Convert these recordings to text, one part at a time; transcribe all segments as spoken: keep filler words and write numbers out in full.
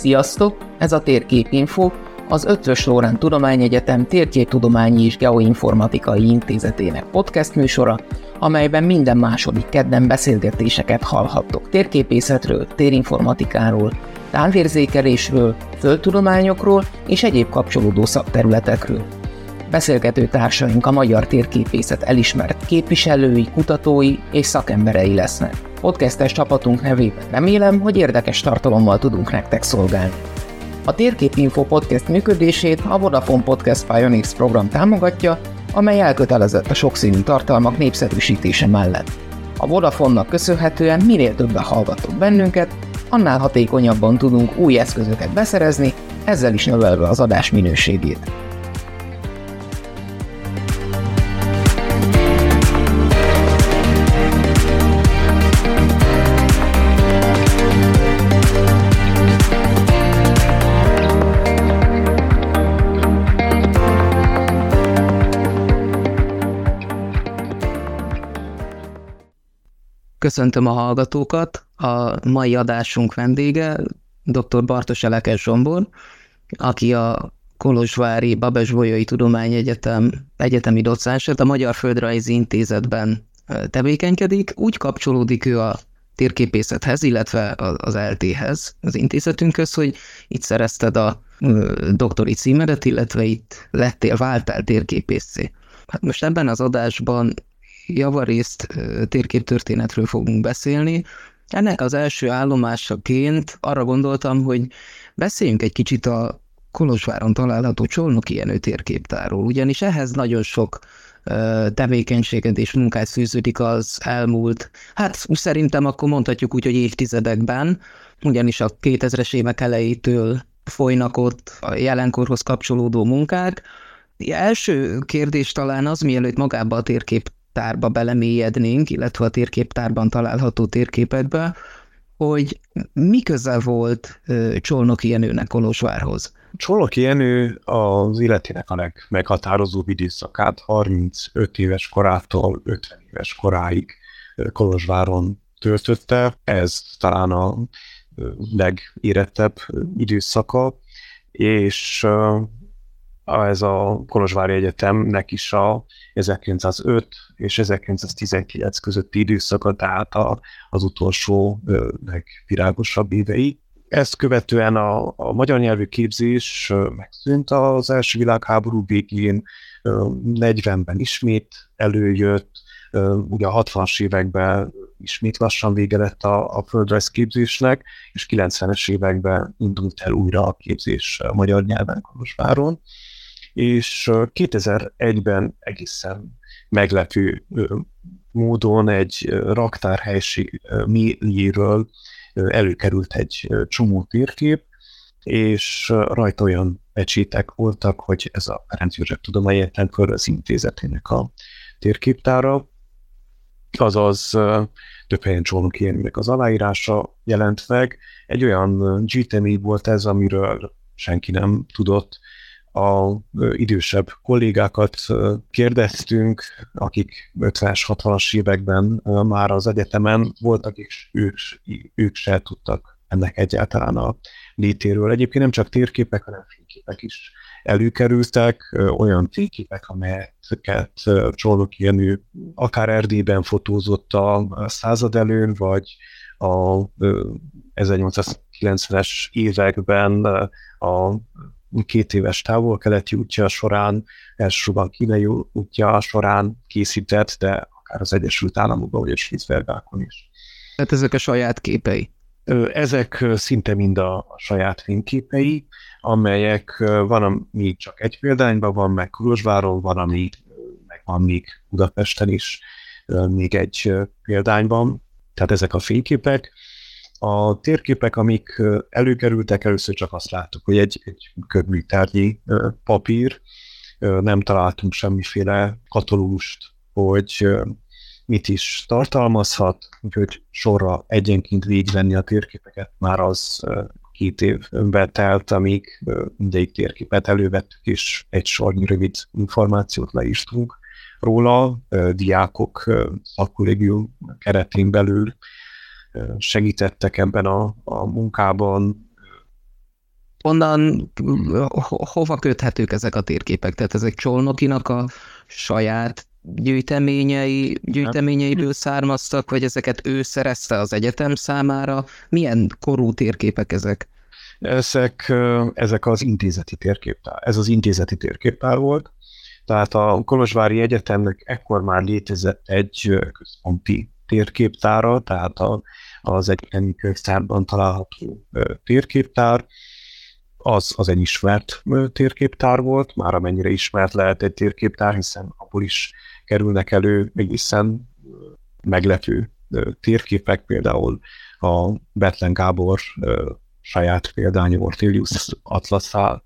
Sziasztok! Ez a Térképinfo, az Eötvös Loránd Tudományegyetem Térképtudományi és Geoinformatikai Intézetének podcast műsora, amelyben minden második kedden beszélgetéseket hallhattok térképészetről, térinformatikáról, távérzékelésről, földtudományokról és egyéb kapcsolódó szakterületekről. Beszélgető társaink a magyar térképészet elismert képviselői, kutatói és szakemberei lesznek. Podcastes csapatunk nevében remélem, hogy érdekes tartalommal tudunk nektek szolgálni. A Térképinfo podcast működését a Vodafone Podcast Pioneers program támogatja, amely elkötelezett a sokszínű tartalmak népszerűsítése mellett. A Vodafone-nak köszönhetően minél többen hallgattok bennünket, annál hatékonyabban tudunk új eszközöket beszerezni, ezzel is növelve az adás minőségét. Köszöntöm a hallgatókat! A mai adásunk vendége dr. Bartos Elekes Zsombor, aki a kolozsvári Babes-Bolyai Tudományegyetem egyetemi docens, a Magyar Földrajzi Intézetben tevékenykedik. Úgy kapcsolódik ő a térképészethez, illetve az é el té-hez, az intézetünkhöz, hogy itt szerezted a doktori címedet, illetve itt lettél, váltál térképészé. Hát most ebben az adásban javarészt térképtörténetről fogunk beszélni. Ennek az első állomásaként arra gondoltam, hogy beszéljünk egy kicsit a Kolozsváron található Csolnoki Jenő térképtárról, ugyanis ehhez nagyon sok tevékenységet és munkát fűződik az elmúlt, hát szerintem akkor mondhatjuk úgy, hogy évtizedekben, ugyanis a kétezres évek elejétől folynak ott a jelenkorhoz kapcsolódó munkák. Első kérdés talán az, mielőtt magába a térkép tárba belemélyednénk, illetve a térképtárban található térképekbe, hogy mi köze volt Csolnoki Jenőnek Kolozsvárhoz? Csolnoki Jenő az életének a legmeghatározóbb időszakát harmincöt éves korától ötven éves koráig Kolozsváron töltötte. Ez talán a legérettebb időszaka, és ez a Kolozsvári Egyetemnek is a ezerkilencszázöt és ezerkilencszáztizenkilenc közötti időszaka, tehát a, az utolsó legvirágosabb évei. Ezt követően a, a magyar nyelvű képzés megszűnt az első világháború végén, negyvenben ismét előjött, ugye a hatvanas években ismét lassan vége lett a, a földrajz képzésnek, és kilencvenes években indult el újra a képzés a magyar nyelven Kolozsváron, és kétezer-egyben egészen meglepő módon egy raktárhelység mélyéről előkerült egy csomó térkép, és rajta olyan pecsétek voltak, hogy ez a Ferenc József Tudományegyetem Földrajz Intézetének a térképtára, azaz több helyen Csolnoki Jenőnek az aláírása jelent meg. Egy olyan gyűjtemény volt ez, amiről senki nem tudott. A idősebb kollégákat kérdeztünk, akik ötvenes, hatvanas években már az egyetemen voltak, és ők, ők se tudtak ennek egyáltalán a létéről. Egyébként nem csak térképek, hanem fényképek is előkerültek, olyan fényképek, amelyeket Csolnoki Jenő akár Erdélyben fotózott a század előn, vagy a ezernyolcszázkilencvenes években a két éves távol-keleti útja során, elsősorban kínai útja során készített, de akár az Egyesült Államokban, vagy a Spitzbergákon is. Tehát ezek a saját képei? Ezek szinte mind a saját fényképei, amelyek van, ami csak egy példányban van, meg Kolozsváron, van, ami meg van még Budapesten is még egy példányban. Tehát ezek a fényképek. A térképek, amik előkerültek, először csak azt láttuk, hogy egy, egy köbműtárgyi papír, nem találtunk semmiféle katalógust, hogy mit is tartalmazhat, úgyhogy sorra egyenként végigvenni a térképeket már az két évbe telt, amíg mindegyik térképet elővettük, és egy sornyi rövid információt leírtunk róla. Diákok szakkollégium keretén belül segítettek ebben a, a munkában, Onnan ho- hova köthetők ezek a térképek? Tehát ezek Csolnokynak a saját gyűjteményei, gyűjteményeiből származtak, vagy ezeket ő szerezte az egyetem számára? Milyen korú térképek ezek? Ezek, ezek az intézeti térképtár. Ez az intézeti térképtár volt. Tehát a Kolozsvári Egyetemnek ekkor már létezett egy központi térképtára, tehát a, az egyetemi könyvtárban található térképtár. Az, az egy ismert térképtár volt, már amennyire ismert lehet egy térképtár, hiszen abból is kerülnek elő egészen meglepő térképek, például a Bethlen Gábor saját példányú Ortelius atlaszát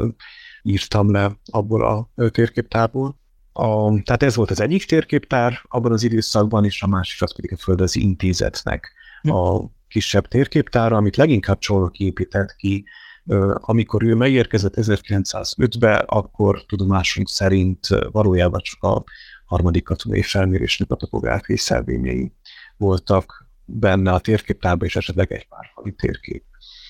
írtam le abból a térképtárból. A, tehát ez volt az egyik térképtár abban az időszakban, és a másik az pedig a Földrajzi Intézetnek a kisebb térképtára, amit leginkább Csolnoky épített ki. Amikor ő megérkezett ezerkilencszázötben, akkor tudomásunk szerint valójában csak a harmadik katonai felmérésnek a topográfiai szelvényei voltak benne a térképtárban, és esetleg egy pár fali térkép.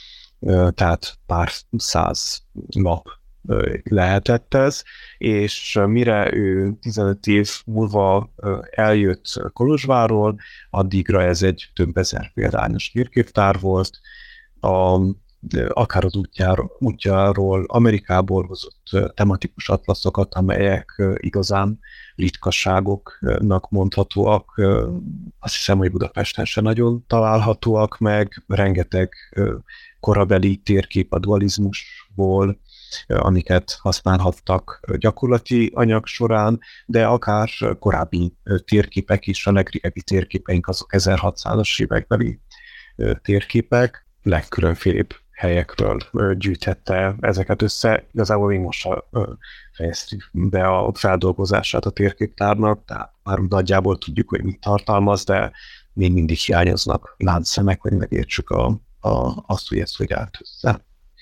Tehát pár száz lap lehetett ez, és mire ő tizenöt év múlva eljött Kolozsvárról, addigra ez egy több ezer példányos térképtár volt. A akár az útjáról, útjáról Amerikából hozott tematikus atlaszokat, amelyek igazán ritkaságoknak mondhatóak. Azt hiszem, hogy Budapesten se nagyon találhatóak meg, rengeteg korabeli térkép a dualizmusból, amiket használhattak gyakorlati anyag során, de akár korábbi térképek is, a legrégebbi térképeink azok ezerhatszázas évekbeli térképek, legkülönfélébb helyekről gyűjtette ezeket össze. Igazából még most fejeztük be a feldolgozását a térképtárnak, tehát már nagyjából tudjuk, hogy mit tartalmaz, de még mindig hiányoznak láncszemek, hogy megértsük a, a, azt, hogy ezt hogy állt össze.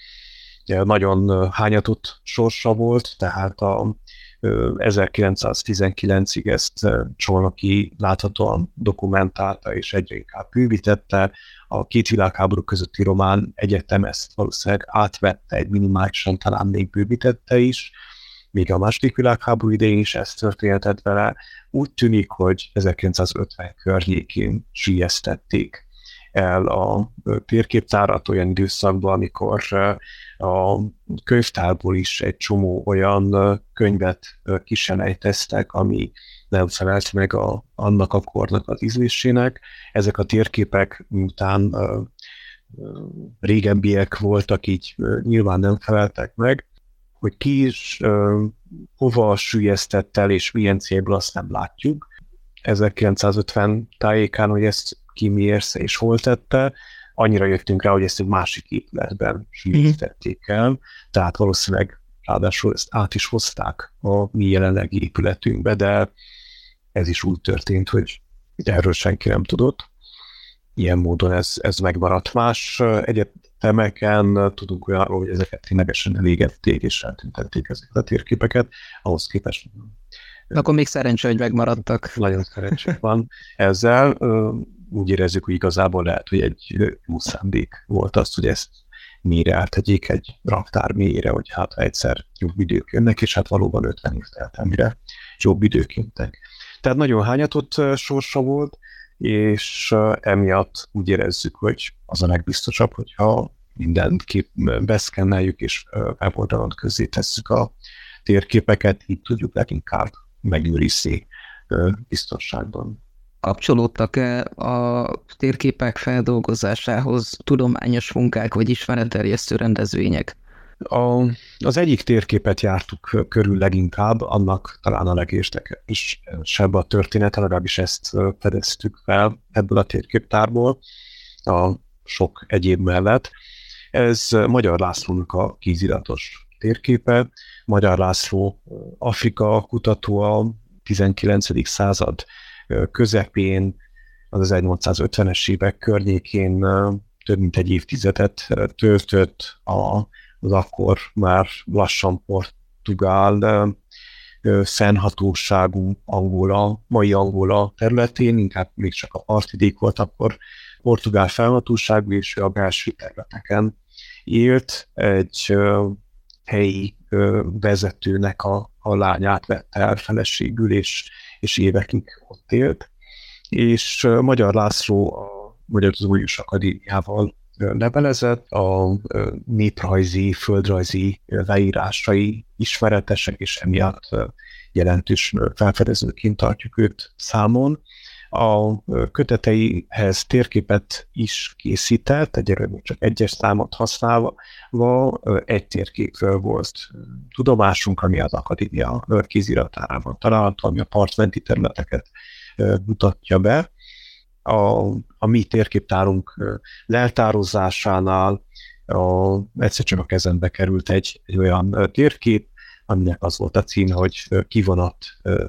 Nagyon hányatott sorsa volt, tehát a ezerkilencszáztizenkilencig ezt Csolnoky láthatóan dokumentálta és egyre inkább bővítette. A két világháború közötti román egyetem ezt valószínűleg átvette, egy minimálisan talán még bővítette is, még a második világháború idején is ez történhetett vele. Úgy tűnik, hogy ezerkilencszázötven környékén süllyesztették el a térképtárat olyan időszakban, amikor a könyvtárból is egy csomó olyan könyvet kiselejteztek, ami nem felelt meg a, annak a kornak az ízlésének. Ezek a térképek, miután uh, uh, régebbiek voltak, így uh, nyilván nem feleltek meg, hogy ki is uh, hova süllyesztett el, és milyen célból, azt nem látjuk. ezerkilencszázötven tájékán, hogy ezt ki miért és hol tette, annyira jöttünk rá, hogy ezt egy másik épületben süllyesztették el, tehát valószínűleg ráadásul ezt át is hozták a mi jelenlegi épületünkbe, de ez is úgy történt, hogy erről senki nem tudott. Ilyen módon ez, ez megmaradt. Más egyetemeken tudunk olyanról, hogy ezeket ténylegesen elégették és eltüntették ezeket a térképeket, ahhoz képest. Akkor még szerencsé, hogy megmaradtak. Nagyon szerencsé van ezzel. Úgy érezzük, hogy igazából lehet, hogy egy jó szándék volt az, hogy ezt mélyre áttegyék egy raktár mélyére, hogy hát egyszer jobb idők jönnek, és hát valóban ötven év telt, amire jobb idők jöttek. Tehát nagyon hányatott sorsa volt, és emiatt úgy érezzük, hogy az a legbiztosabb, hogyha mindent kép beszkenneljük, és weboldalon közzé tesszük a térképeket, így tudjuk leginkább megőrizni biztonságban. Kapcsolódtak-e a térképek feldolgozásához tudományos munkák vagy ismeretterjesztő rendezvények? A, az egyik térképet jártuk körül leginkább, annak talán a legérdekesebb a története, legalábbis ezt fedeztük fel ebből a térképtárból, a sok egyéb mellett. Ez Magyar Lászlónak a kéziratos térképe. Magyar László Afrika kutató a tizenkilencedik század közepén, az ezernyolcszázötvenes évek környékén több mint egy évtizedet töltött az akkor már lassan portugál fennhatóságú Angola, mai Angola területén, inkább még csak a partvidék volt akkor portugál fennhatóságú, és a belső területeken élt, egy helyi vezetőnek a, a lányát vette el feleségül, és, és évekig ott élt. És Magyar László a Magyar Tudományos Akadémiával levelezett, a néprajzi, földrajzi leírásai ismeretesek, és emiatt jelentős felfedezőként tartjuk őt számon. A köteteihez térképet is készített, egyelőre csak egyes számot használva, egy térképről volt tudomásunk, ami az akadémia kéziratárában található, ami a partmenti területeket mutatja be. A, a mi térképtárunk leltározásánál a, egyszer csak a kezembe került egy, egy olyan térkép, aminek az volt a cím, hogy Kivonat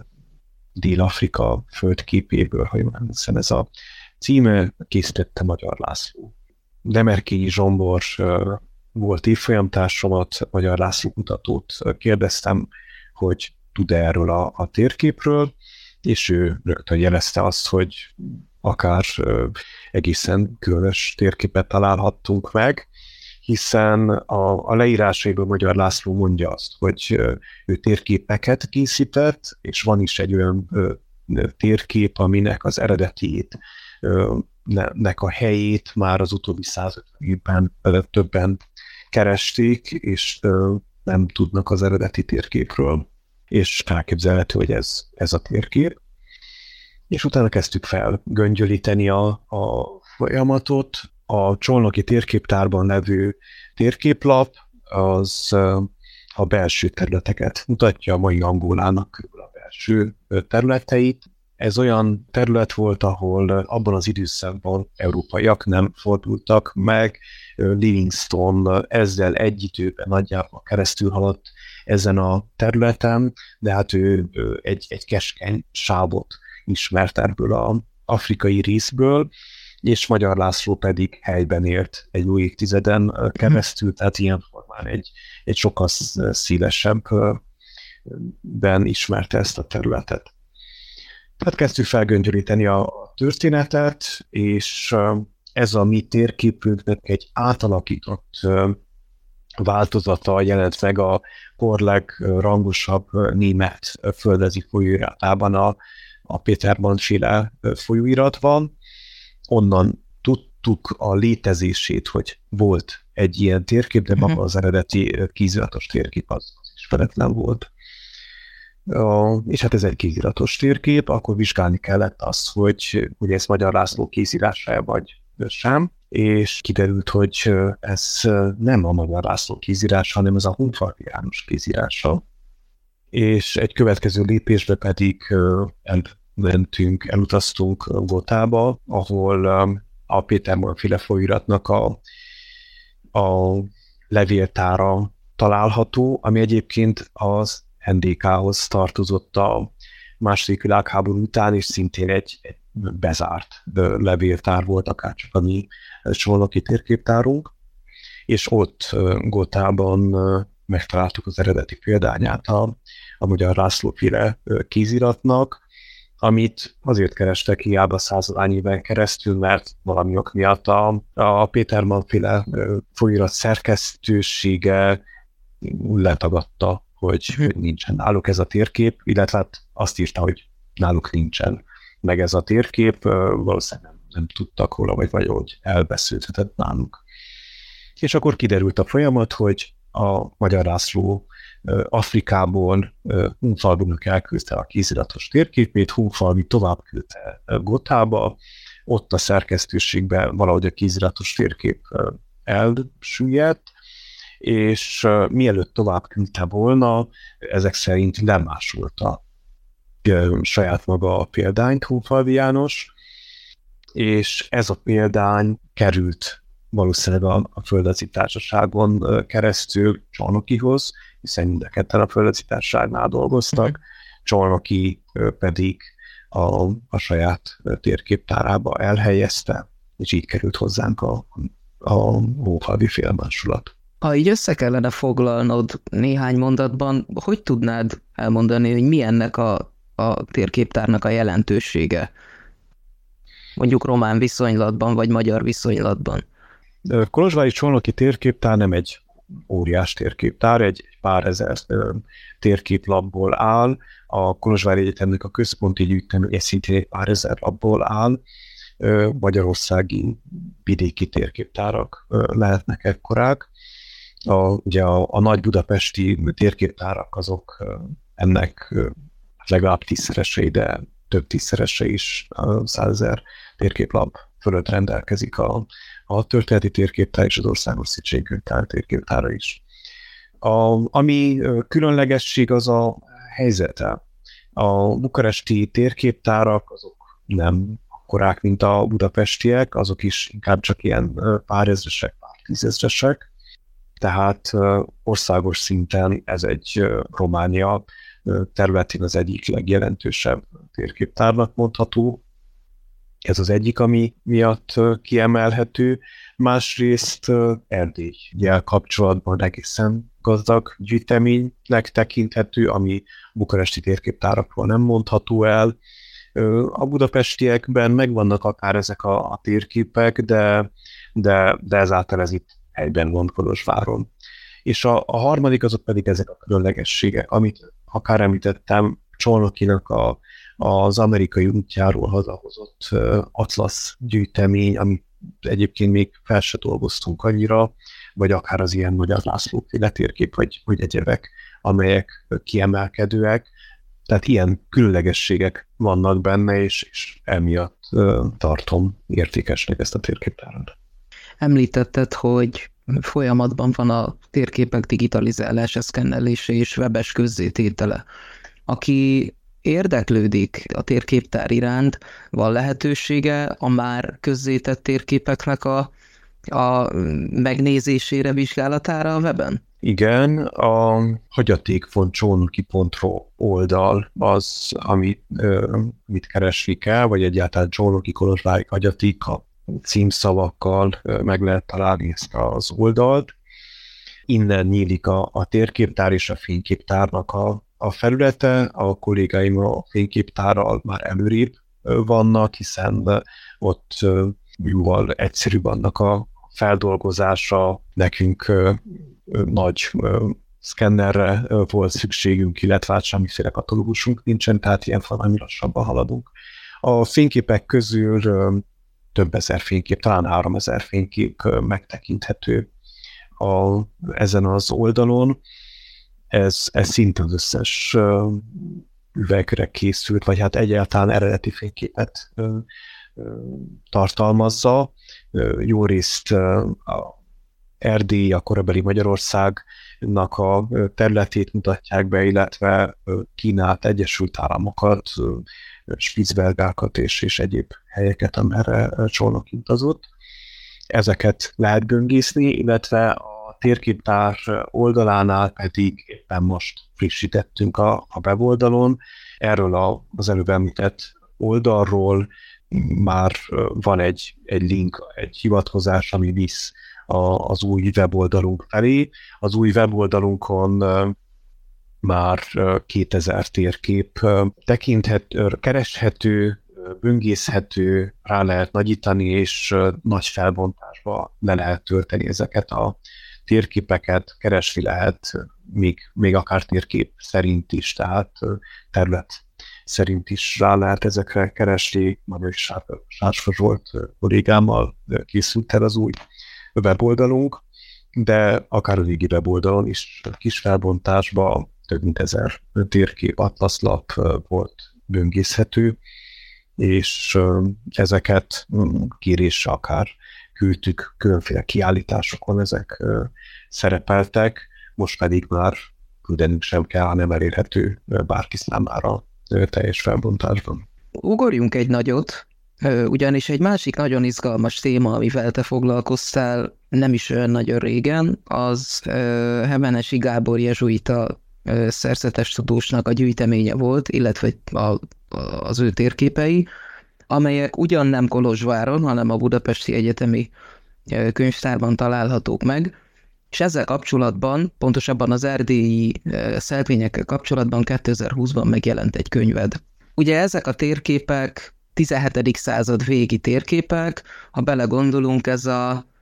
Dél-Afrika földképéből, ha jól emlékszem, ez a címe, készítette Magyar László. Demerkényi Zsombor volt évfolyamtársamat, Magyar László kutatót kérdeztem, hogy tud-e erről a, a térképről, és ő rögtön jelezte azt, hogy akár egészen különös térképet találhattunk meg, hiszen a, a leírásaiból Magyar László mondja azt, hogy ő térképeket készített, és van is egy olyan ö, térkép, aminek az eredetiét, ö, nek a helyét már az utóbbi százötven évben többen keresték, és ö, nem tudnak az eredeti térképről, és elképzelhető, hogy ez, ez a térkép. És utána kezdtük fel göngyölíteni a, a folyamatot. A Csolnoki térképtárban levő térképlap az a belső területeket mutatja, a mai Angolának körül a belső területeit. Ez olyan terület volt, ahol abban az időszakban európaiak nem fordultak meg. Livingstone ezzel egy időben nagyjából keresztül haladt ezen a területen, de hát ő egy, egy keskeny sávot ismert ebből az afrikai részből, és Magyar László pedig helyben élt egy jó évtizeden keresztül, tehát ilyen formán egy, egy sokkal szélesebben ismerte ezt a területet. Tehát kezdtük felgöngyölíteni a történetet, és ez a mi térképünknek egy átalakított változata jelent meg a kor legrangosabb német földrezi folyóiratában, a, a Péter Mann-féle folyóiratban. Onnan tudtuk a létezését, hogy volt egy ilyen térkép, de maga az eredeti kéziratos térkép az, az ismeretlen volt. Uh, és hát ez egy kéziratos térkép, akkor vizsgálni kellett azt, hogy, hogy ez Magyar László kézírása vagy sem, és kiderült, hogy ez nem a Magyar László kézírása, hanem ez a Hunfalvi János kézírása. És egy következő lépésbe pedig uh, elmentünk, elutaztunk Gotába, ahol um, a Péter Mann-féle folyóiratnak a, a levéltára található, ami egyébként az en dé ká-hoz tartozott a második világháború után, és szintén egy, egy bezárt levéltár volt, akárcsak a mi csolnoki térképtárunk, és ott Gotában megtaláltuk az eredeti példányát a, a Magyar László-féle kéziratnak, amit azért kerestek hiába százalány éven keresztül, mert valami ok miatt a, a Péter Mann-féle folyóirat szerkesztősége letagadta, hogy, hogy nincsen náluk ez a térkép, illetve hát azt írta, hogy náluk nincsen meg ez a térkép, valószínűleg nem, nem tudtak róla, vagy vagy hogy elbeszélhetett náluk. És akkor kiderült a folyamat, hogy a Magyar László Afrikából Hunfalvinak elküldte a kéziratos térképét, Hunfalvi tovább küldte Gotába, ott a szerkesztőségben valahogy a kéziratos térkép elsüllyedt, és uh, mielőtt tovább küldte volna, ezek szerint lemásolta uh, saját maga a példányt Hunfalvi János, és ez a példány került valószínűleg a, a Földrajzi Társaságon uh, keresztül Csolnokihoz, hiszen mind a ketten a Földrajzi Társaságnál dolgoztak, uh-huh. Csolnoki uh, pedig a, a saját uh, térképtárába elhelyezte, és így került hozzánk a, a Hunfalvi félmásolat. Ha így össze kellene foglalnod néhány mondatban, hogy tudnád elmondani, hogy mi ennek a, a térképtárnak a jelentősége? Mondjuk román viszonylatban, vagy magyar viszonylatban? Kolozsvári-Csolnoki térképtár nem egy óriás térképtár, egy pár ezer térképlapból áll. A Kolozsvári Egyetemnek a központi gyűjteménye szintén egy pár ezer lapból áll. Magyarországi vidéki térképtárak lehetnek ekkorák. A, ugye a, a nagy budapesti térképtárak azok ennek legalább tízszeresei, de több tízszerese is, százezer térképlap fölött rendelkezik a, a történeti térképtár és az Országos Széchenyi-könyvtár térképtára is. A, ami különlegesség, az a helyzete. A bukaresti térképtárak azok nem akkorák, mint a budapestiek, azok is inkább csak ilyen pár ezresek, pár tízezresek. Tehát országos szinten ez egy Románia területén az egyik legjelentősebb térképtárnak mondható. Ez az egyik, ami miatt kiemelhető. Másrészt Erdéllyel kapcsolatban egészen gazdag gyűjteménynek tekinthető, ami bukaresti térképtárakról nem mondható el. A budapestiekben megvannak akár ezek a, a térképek, de, de, de ezáltal ez itt helyben van Kolozsváron. És a, a harmadik azok pedig ezek a különlegességek, amit akár említettem, Csolnokinak a, az amerikai útjáról hazahozott atlasz gyűjtemény, amit egyébként még fel se dolgoztunk annyira, vagy akár az ilyen Magyar László-féle térkép, vagy, vagy egyebek, amelyek kiemelkedőek. Tehát ilyen különlegességek vannak benne, és, és emiatt uh, tartom értékesnek ezt a térképtárat. Említetted, hogy folyamatban van a térképek digitalizálása, szkennelése és webes közzététele. Aki érdeklődik a térképtár iránt, van lehetősége a már közzétett térképeknek a, a megnézésére, vizsgálatára a weben? Igen, a hagyaték pont csónoki pont ro oldal az, amit, ö, amit keresni kell, vagy egyáltalán Csónoki Kolozsvári hagyaték a címszavakkal ö, meg lehet találni ezt az oldalt. Innen nyílik a, a térképtár és a fényképtárnak a, a felülete. A kollégáim a fényképtárral már előrébb ö, vannak, hiszen ott ö, jóval egyszerűbb annak a feldolgozása. Nekünk ö, nagy ö, szkennerre ö, volt szükségünk, illetve hát semmiféle katalógusunk nincsen, tehát ilyen valami lassabban haladunk. A fényképek közül ö, több ezer fénykép, talán háromezer fénykép ö, megtekinthető a, ezen az oldalon. Ez, ez szinte az összes ö, üvegre készült, vagy hát egyáltalán eredeti fényképet ö, ö, tartalmazza. Ö, jó részt ö, a Erdély, a korabeli Magyarországnak a területét mutatják be, illetve Kínát, Egyesült Államokat, Spitzbergákat és, és egyéb helyeket, amerre Csolnoki utazott. Ezeket lehet böngészni, illetve a térképtár oldalánál pedig éppen most frissítettünk a, a weboldalon. Erről a, az előbb említett oldalról már van egy, egy link, egy hivatkozás, ami visz az új weboldalunk felé. Az új weboldalunkon már kétezer térkép tekinthető, kereshető, böngészhető, rá lehet nagyítani, és nagy felbontásba le lehet tölteni ezeket a térképeket, keresni lehet, még, még akár térkép szerint is, tehát terület szerint is rá lehet ezekre keresni. Magyar Sársfa Zsolt kollégámmal készült el az új weboldalunk, de akár a régi weboldalon is kis felbontásban több mint ezer térkép, atlaszlap volt böngészhető, és ezeket kérésre akár küldtük, különféle kiállításokon ezek szerepeltek, most pedig már küldenünk sem kell, hanem elérhető bárki számára teljes felbontásban. Ugorjunk egy nagyot, ugyanis egy másik nagyon izgalmas téma, amivel te foglalkoztál nem is olyan nagyon régen, az Hebenesi Gábor jezsuita szerzetes tudósnak a gyűjteménye volt, illetve a, az ő térképei, amelyek ugyan nem Kolozsváron, hanem a Budapesti Egyetemi Könyvtárban találhatók meg, és ezzel kapcsolatban, pontosabban az erdélyi szelvényekkel kapcsolatban kétezer-húszban megjelent egy könyved. Ugye ezek a térképek tizenhetedik század végi térképek, ha belegondolunk, ez a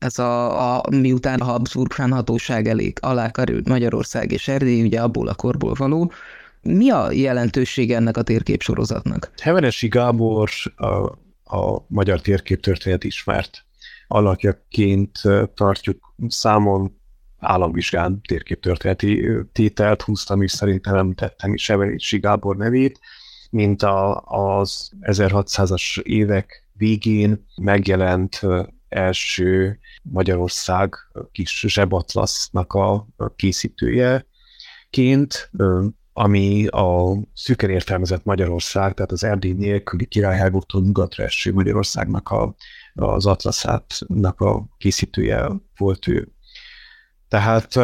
ez a, a miután a Habsburg fennhatóság elég alá került Magyarország és Erdély, ugye abból a korból való. Mi a jelentősége ennek a térképsorozatnak? Hevenesi Gábor a, a magyar térképtörténet ismert alakjaként tartjuk számon, államvizsgán térképtörténeti tételt húztam, és szerintem említettem is Hevenesi Gábor nevét, mint a, az ezerhatszázas évek végén megjelent első Magyarország kis zsebatlasznak a készítőjeként, ami a szűken értelmezett Magyarország, tehát az Erdély nélküli Királyháborútól nyugatra eső Magyarországnak a, az atlaszátnak a készítője volt ő. Tehát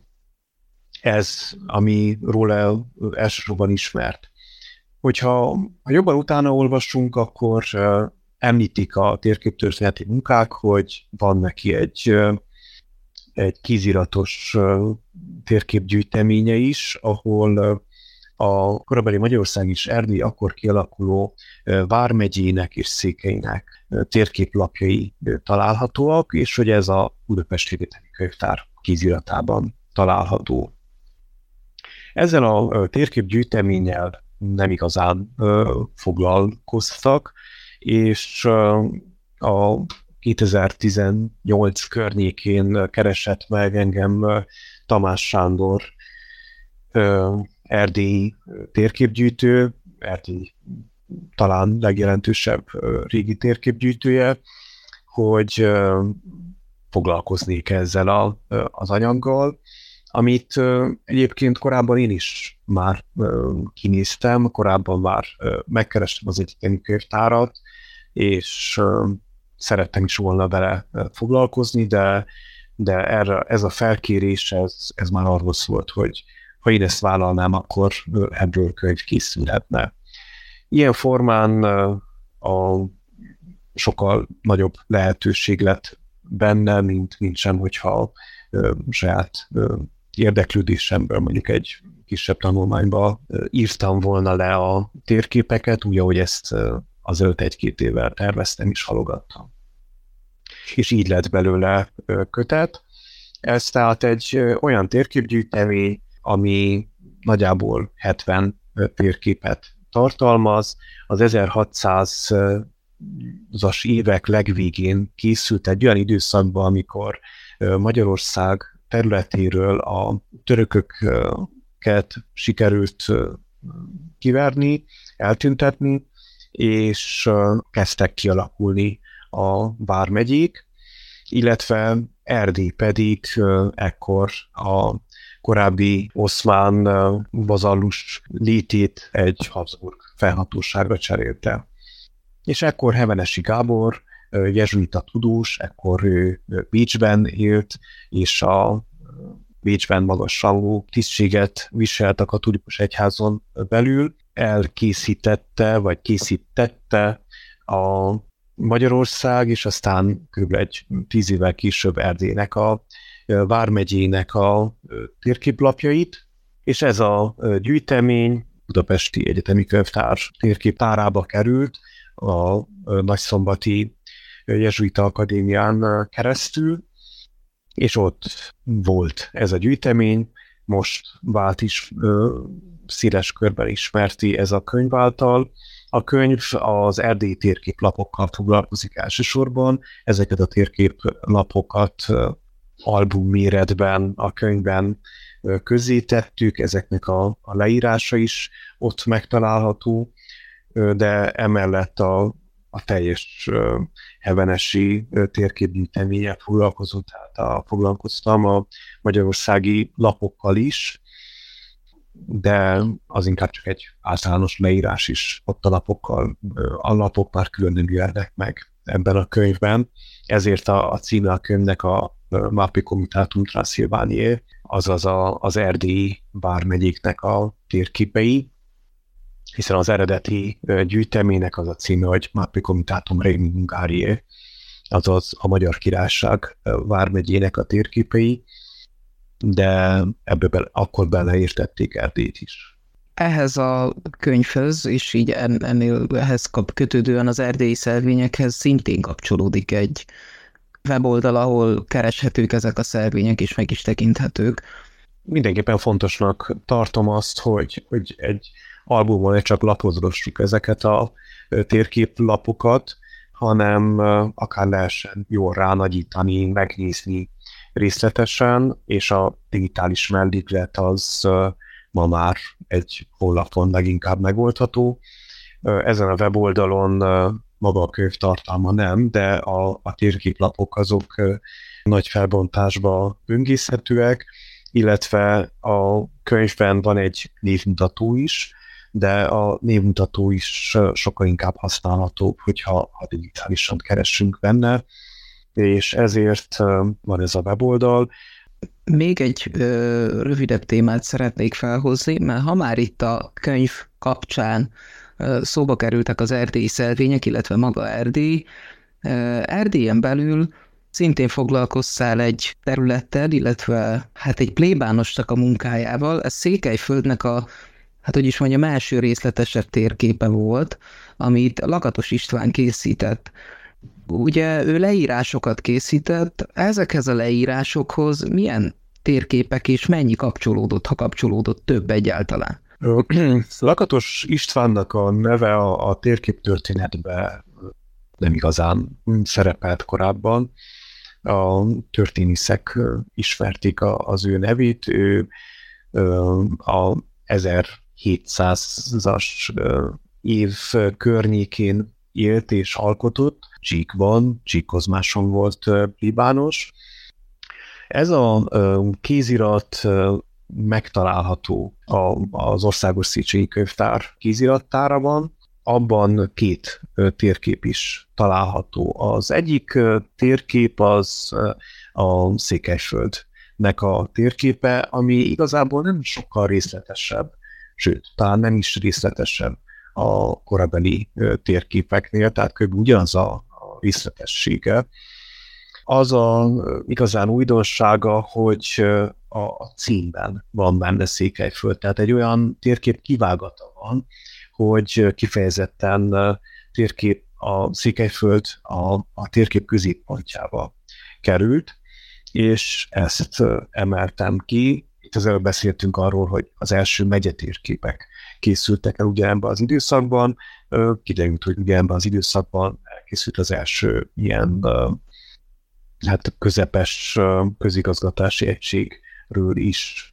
ez, ami róla elsősorban ismert. Hogyha ha jobban utána olvasunk, akkor említik a térképtörténeti munkák, hogy van neki egy, egy kéziratos térképgyűjteménye is, ahol a korabeli Magyarország és Erdély akkor kialakuló vármegyének és székeinek térképlapjai találhatóak, és hogy ez a Budapesti Egyetemi Könyvtár kéziratában található. Ezzel a térképgyűjteménnyel nem igazán ö, foglalkoztak, és ö, a kétezer-tizennyolc környékén keresett meg engem ö, Tamás Sándor, ö, erdélyi térképgyűjtő, Erdély talán legjelentősebb ö, régi térképgyűjtője, hogy ö, foglalkoznék ezzel a, ö, az anyaggal, amit uh, egyébként korábban én is már uh, kinéztem, korábban már uh, megkerestem az egyetemi könyvtárat, és uh, szerettem is volna vele uh, foglalkozni, de, de erre, ez a felkérés, ez, ez már arról szólt, hogy ha én ezt vállalnám, akkor uh, ebből könyv készülhetne. Ilyen formán uh, a sokkal nagyobb lehetőség lett benne, mint, mint sem, hogyha uh, saját uh, érdeklődésemből mondjuk egy kisebb tanulmányba írtam volna le a térképeket, úgy, ahogy ezt azelőtt egy-két évvel terveztem és halogattam. És így lett belőle kötet. Ez tehát egy olyan térképgyűjtemény, ami nagyjából hetven térképet tartalmaz. Az ezerhatszázas évek legvégén készült egy olyan időszakban, amikor Magyarország területéről a törököket sikerült kiverni, eltüntetni, és kezdtek kialakulni a vármegyék, illetve Erdély pedig ekkor a korábbi oszmán vazallus létét egy Habsburg fennhatóságra cserélte. És ekkor Hevenesi Gábor, jezsuita tudós, ekkor ő Bécsben élt, és a Bécsben magas rangú tisztséget viselt a katolikus egyházon belül, elkészítette, vagy készítette a Magyarország, és aztán kb. Egy tíz évvel később Erdélynek a vármegyének a térképlapjait, és ez a gyűjtemény Budapesti Egyetemi Könyvtár térképtárába került a nagyszombati jezsuita akadémián keresztül, és ott volt ez a gyűjtemény, most vált is ö, széles körben ismerti ez a könyv által. A könyv az erdélyi térképlapokkal foglalkozik elsősorban, ezeket a térképlapokat ö, albumméretben a könyvben ö, közzétettük, ezeknek a, a leírása is ott megtalálható, ö, de emellett a a teljes uh, hevenesi uh, térképgyűjteményel foglalkozott, tehát a, foglalkoztam a magyarországi lapokkal is, de az inkább csak egy általános leírás is ott a lapokkal. Uh, a lapok már külön nem jelennek meg ebben a könyvben, ezért a, a címe a könyvnek a uh, Mapi Comitatum Transilvaniae, azaz a, az erdélyi vármegyéknek a térképei, hiszen az eredeti gyűjteménynek az a címe, hogy Mapi Comitatum Regnum Hungariae, azaz a Magyar Királyság vármegyének a térképei, de ebből bele, akkor beleértették Erdélyt is. Ehhez a könyvhöz, és így ennél ehhez kap kötődően az erdélyi szelvényekhez szintén kapcsolódik egy weboldal, ahol kereshetők ezek a szervények, és meg is tekinthetők. Mindenképpen fontosnak tartom azt, hogy, hogy egy albumon ne csak lapozgassuk ezeket a térképlapokat, hanem akár lehessen jól ránagyítani, megnézni részletesen, és a digitális melléklet az ma már egy honlapon leginkább megoldható. Ezen a weboldalon maga a könyv tartalma nem, de a, a térképlapok azok nagy felbontásba böngészhetőek, illetve a könyvben van egy névmutató is, de a névmutató is sokkal inkább használható, hogyha ha digitálisan keressünk benne, és ezért van ez a weboldal. Még egy ö, rövidebb témát szeretnék felhozni, mert ha már itt a könyv kapcsán ö, szóba kerültek az erdélyi szelvények, illetve maga Erdély, ö, Erdélyen belül szintén foglalkoztál egy területtel, illetve hát egy plébánosnak a munkájával. Ez Székelyföldnek a, hát hogy is mondjam, első részletesebb térképe volt, amit Lakatos István készített. Ugye ő leírásokat készített, ezekhez a leírásokhoz milyen térképek és mennyi kapcsolódott, ha kapcsolódott több egyáltalán? Lakatos Istvánnak a neve a, a térképtörténetben nem igazán szerepelt korábban. A történészek ismerték az ő nevét, ő a ezerhétszázas év környékén élt és alkotott, Csíkban, Csíkkozmáson volt plébános. Ez a kézirat megtalálható az Országos Széchenyi Könyvtár kézirattárában, abban két térkép is található. Az egyik térkép az a Székelyföldnek a térképe, ami igazából nem sokkal részletesebb, sőt, talán nem is részletesebb a korabeli térképeknél, tehát kb. Ugyanaz a részletessége. Az a igazán újdonsága, hogy a címben van benne Székelyföld, tehát egy olyan térkép kivágata van, hogy kifejezetten térkép a Székelyföld a, a térkép középpontjába került, és ezt emeltem ki. Itt az előbb beszéltünk arról, hogy az első megyetérképek készültek el ugye ebben az időszakban, kiderült, hogy ugye ebben az időszakban elkészült az első ilyen hát közepes közigazgatási egységről is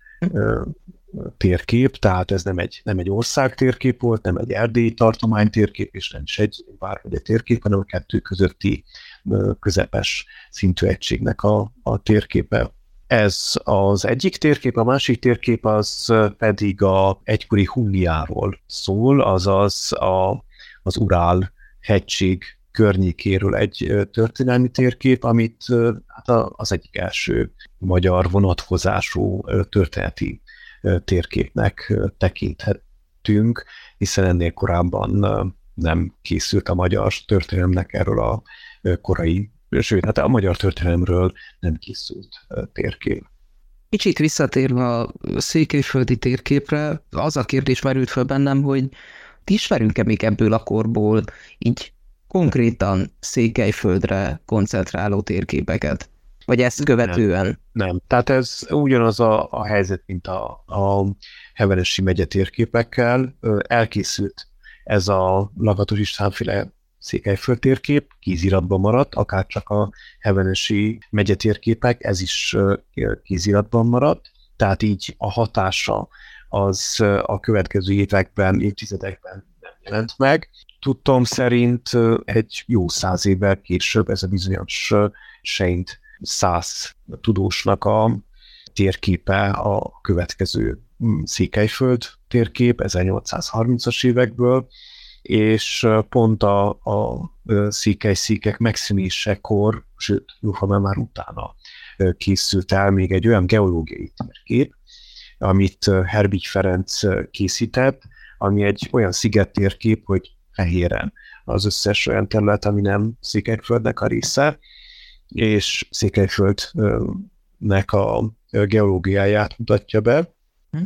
térkép, tehát ez nem egy, nem egy ország térkép volt, nem egy erdélyi tartomány térkép, és nem is egy vármegye térkép, hanem a kettő közötti közepes szintű egységnek a, a térképe. Ez az egyik térkép, a másik térkép az pedig a egykori Hunniáról szól, azaz a, az Urál hegység környékéről egy történelmi térkép, amit hát az egyik első magyar vonatkozású történeti térképnek tekinthetünk, hiszen ennél korábban nem készült a magyar történelemnek erről a korai, sőt, hát a magyar történelemről nem készült térkép. Kicsit visszatérve a székelyföldi térképre, az a kérdés merült fel bennem, hogy ismerünk-e még ebből a korból így konkrétan Székelyföldre koncentráló térképeket? Vagy ezt követően? Nem, nem. Tehát ez ugyanaz a, a helyzet, mint a, a Hevenesi megye térképekkel. Elkészült ez a Lakatos Istvánféle Székelyföld térkép, kéziratban maradt, akár csak a Hevenesi megye térképek, ez is kéziratban maradt, tehát így a hatása az a következő években, évtizedekben nem jelent meg. Tudtom szerint egy jó száz évvel később ez a bizonyos Seint száz tudósnak a térképe a következő Székelyföld térkép ezernyolcszázharmincas évekből, és pont a, a székely-székek megszűnésekor, sőt, jóval már utána készült el még egy olyan geológiai térkép, amit Herbig Ferenc készített, ami egy olyan szigettérkép, hogy fehéren az összes olyan terület, ami nem Székelyföldnek a része, és Székelyföldnek a geológiáját mutatja be, hm.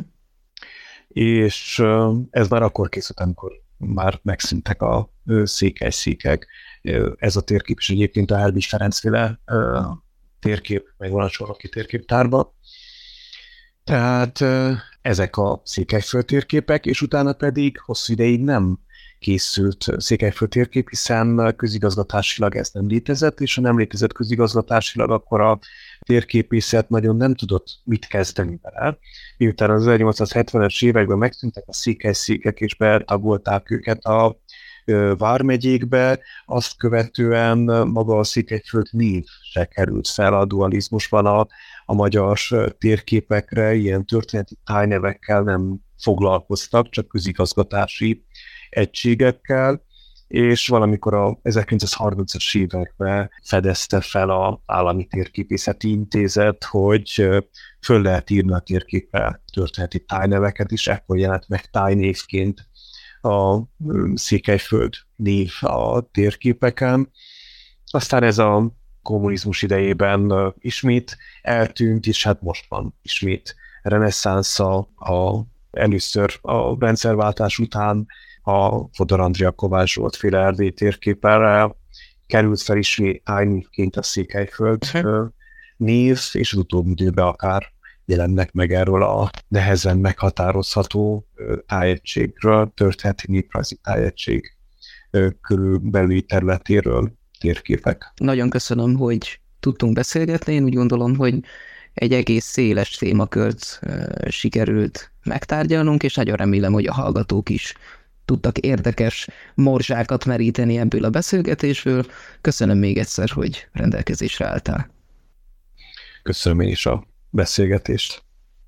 és ez már akkor készült, amikor már megszűntek a székely-székek, Ez a térkép is egyébként a Helbich Ferencféle térkép, meg van a Sorroki térképtárban. Tehát ezek a Székelyföld térképek, és utána pedig hosszú ideig nem készült Székelyföld térkép, hiszen közigazgatásilag ez nem létezett, és ha nem létezett közigazgatásilag, akkor a térképészet nagyon nem tudott mit kezdeni vele. Miután az ezernyolcszázhetvenes években megszűntek a székelyszékek, és betagolták őket a vármegyékbe, azt követően maga a Székelyföld név se került fel a dualizmusban a, a magyar térképekre, ilyen történeti tájnevekkel nem foglalkoztak, csak közigazgatási egységekkel, és valamikor a ezerkilencszázharmincas években fedezte fel az Állami Térképészeti Intézet, hogy föl lehet írni a térképre történeti tájneveket is, ekkor jelent meg tájnévként a Székelyföld név a térképeken. Aztán ez a kommunizmus idejében ismét eltűnt, és hát most van ismét reneszánsza. A, először a rendszerváltás után a Fodor Andrea Kovács Zsolt féle erdélyi térképpel került fel ismét tájnévként a Székelyföld uh-huh. név, és az utóbbi időben akár jelennek meg erről a nehezen meghatározható tájegységről, történeti néprajzi tájegység körülbelüli területéről térképek. Nagyon köszönöm, hogy tudtunk beszélgetni. Én úgy gondolom, hogy egy egész széles témakört sikerült megtárgyalnunk, és nagyon remélem, hogy a hallgatók is tudtak érdekes morzsákat meríteni ebből a beszélgetésből. Köszönöm még egyszer, hogy rendelkezésre álltál. Köszönöm én is a beszélgetést.